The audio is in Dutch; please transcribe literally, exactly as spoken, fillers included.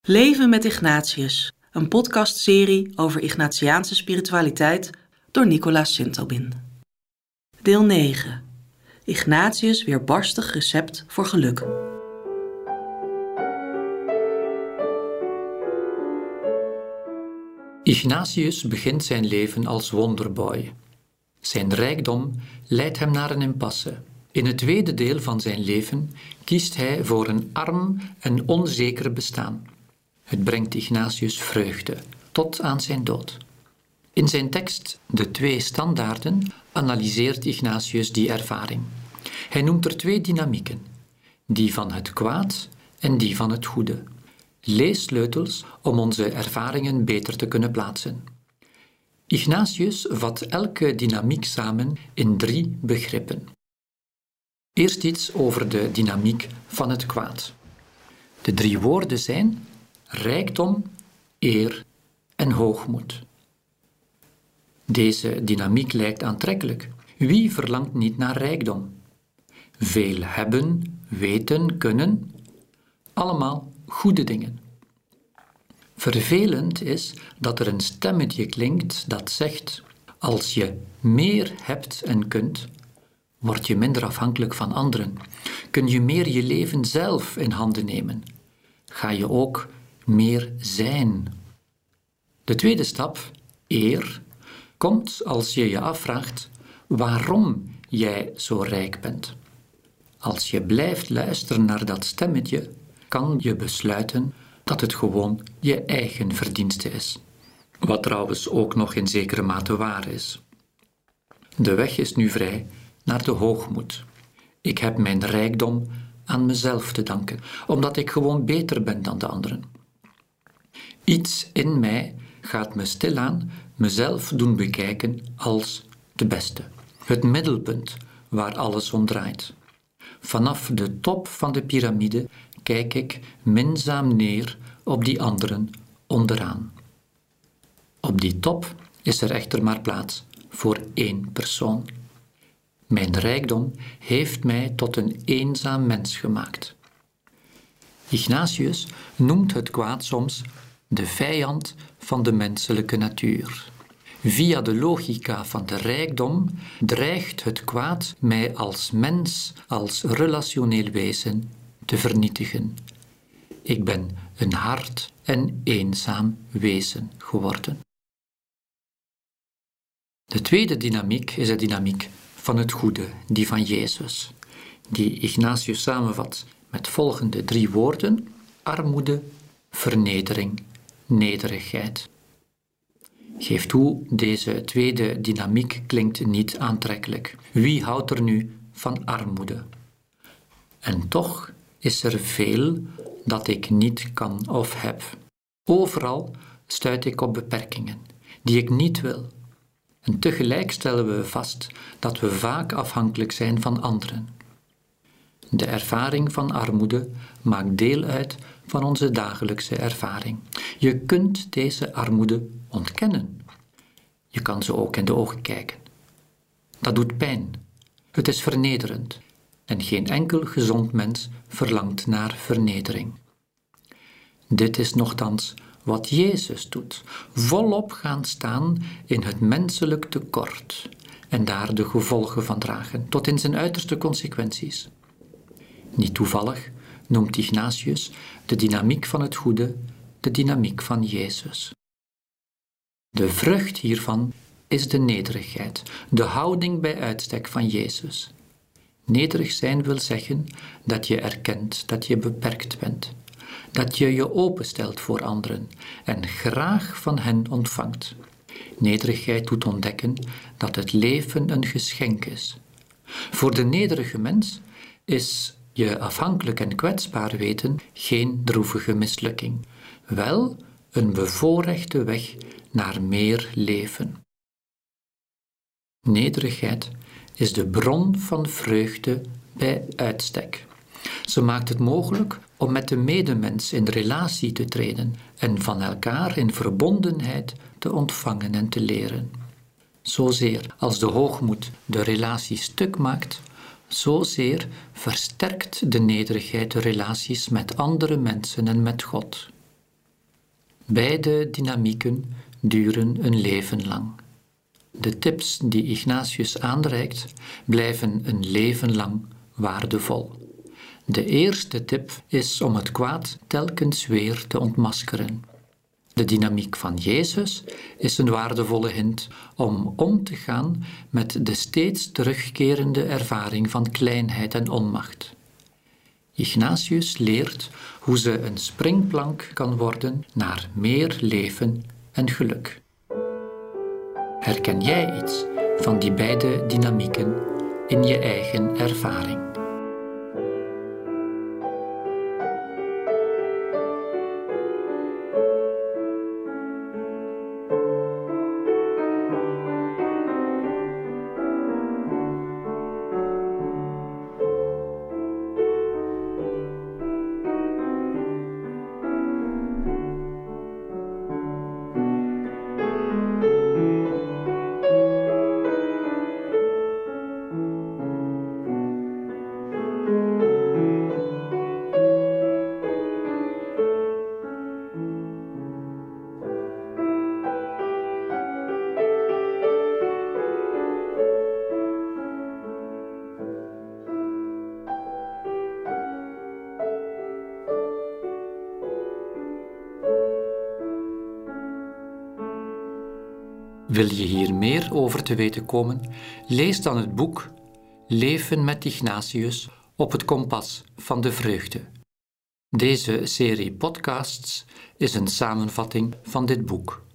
Leven met Ignatius, een podcastserie over Ignatiaanse spiritualiteit door Nicolaas Sintobin. Deel negen. Ignatius' weerbarstig recept voor geluk. Ignatius begint zijn leven als wonderboy. Zijn rijkdom leidt hem naar een impasse. In het tweede deel van zijn leven kiest hij voor een arm en onzeker bestaan. Het brengt Ignatius vreugde, tot aan zijn dood. In zijn tekst De Twee Standaarden analyseert Ignatius die ervaring. Hij noemt er twee dynamieken, die van het kwaad en die van het goede. Leessleutels om onze ervaringen beter te kunnen plaatsen. Ignatius vat elke dynamiek samen in drie begrippen. Eerst iets over de dynamiek van het kwaad. De drie woorden zijn rijkdom, eer en hoogmoed. Deze dynamiek lijkt aantrekkelijk. Wie verlangt niet naar rijkdom? Veel hebben, weten, kunnen, allemaal goede dingen. Vervelend is dat er een stemmetje klinkt dat zegt: als je meer hebt en kunt, word je minder afhankelijk van anderen. Kun je meer je leven zelf in handen nemen. Ga je ook meer zijn. De tweede stap, eer, komt als je je afvraagt waarom jij zo rijk bent. Als je blijft luisteren naar dat stemmetje, kan je besluiten dat het gewoon je eigen verdienste is. Wat trouwens ook nog in zekere mate waar is. De weg is nu vrij naar de hoogmoed. Ik heb mijn rijkdom aan mezelf te danken, omdat ik gewoon beter ben dan de anderen. Iets in mij gaat me stilaan mezelf doen bekijken als de beste. Het middelpunt waar alles om draait. Vanaf de top van de piramide kijk ik minzaam neer op die anderen onderaan. Op die top is er echter maar plaats voor één persoon. Mijn rijkdom heeft mij tot een eenzaam mens gemaakt. Ignatius noemt het kwaad soms de vijand van de menselijke natuur. Via de logica van de rijkdom dreigt het kwaad mij als mens, als relationeel wezen, te vernietigen. Ik ben een hard en eenzaam wezen geworden. De tweede dynamiek is de dynamiek van het goede, die van Jezus, die Ignatius samenvat met volgende drie woorden: armoede, vernedering, nederigheid. Geef toe, deze tweede dynamiek klinkt niet aantrekkelijk. Wie houdt er nu van armoede? En toch is er veel dat ik niet kan of heb. Overal stuit ik op beperkingen die ik niet wil. En tegelijk stellen we vast dat we vaak afhankelijk zijn van anderen. De ervaring van armoede maakt deel uit van onze dagelijkse ervaring. Je kunt deze armoede ontkennen. Je kan ze ook in de ogen kijken. Dat doet pijn. Het is vernederend. En geen enkel gezond mens verlangt naar vernedering. Dit is nochtans wat Jezus doet. Volop gaan staan in het menselijk tekort en daar de gevolgen van dragen, tot in zijn uiterste consequenties. Niet toevallig noemt Ignatius de dynamiek van het goede de dynamiek van Jezus. De vrucht hiervan is de nederigheid, de houding bij uitstek van Jezus. Nederig zijn wil zeggen dat je erkent dat je beperkt bent, dat je je openstelt voor anderen en graag van hen ontvangt. Nederigheid doet ontdekken dat het leven een geschenk is. Voor de nederige mens is je afhankelijk en kwetsbaar weten geen droevige mislukking, wel een bevoorrechte weg naar meer leven. Nederigheid is de bron van vreugde bij uitstek. Ze maakt het mogelijk om met de medemens in relatie te treden en van elkaar in verbondenheid te ontvangen en te leren. Zozeer als de hoogmoed de relatie stuk maakt, zozeer versterkt de nederigheid de relaties met andere mensen en met God. Beide dynamieken duren een leven lang. De tips die Ignatius aanreikt, blijven een leven lang waardevol. De eerste tip is om het kwaad telkens weer te ontmaskeren. De dynamiek van Jezus is een waardevolle hint om om te gaan met de steeds terugkerende ervaring van kleinheid en onmacht. Ignatius leert hoe ze een springplank kan worden naar meer leven en geluk. Herken jij iets van die beide dynamieken in je eigen ervaring? Wil je hier meer over te weten komen? Lees dan het boek Leven met Ignatius op het kompas van de vreugde. Deze serie podcasts is een samenvatting van dit boek.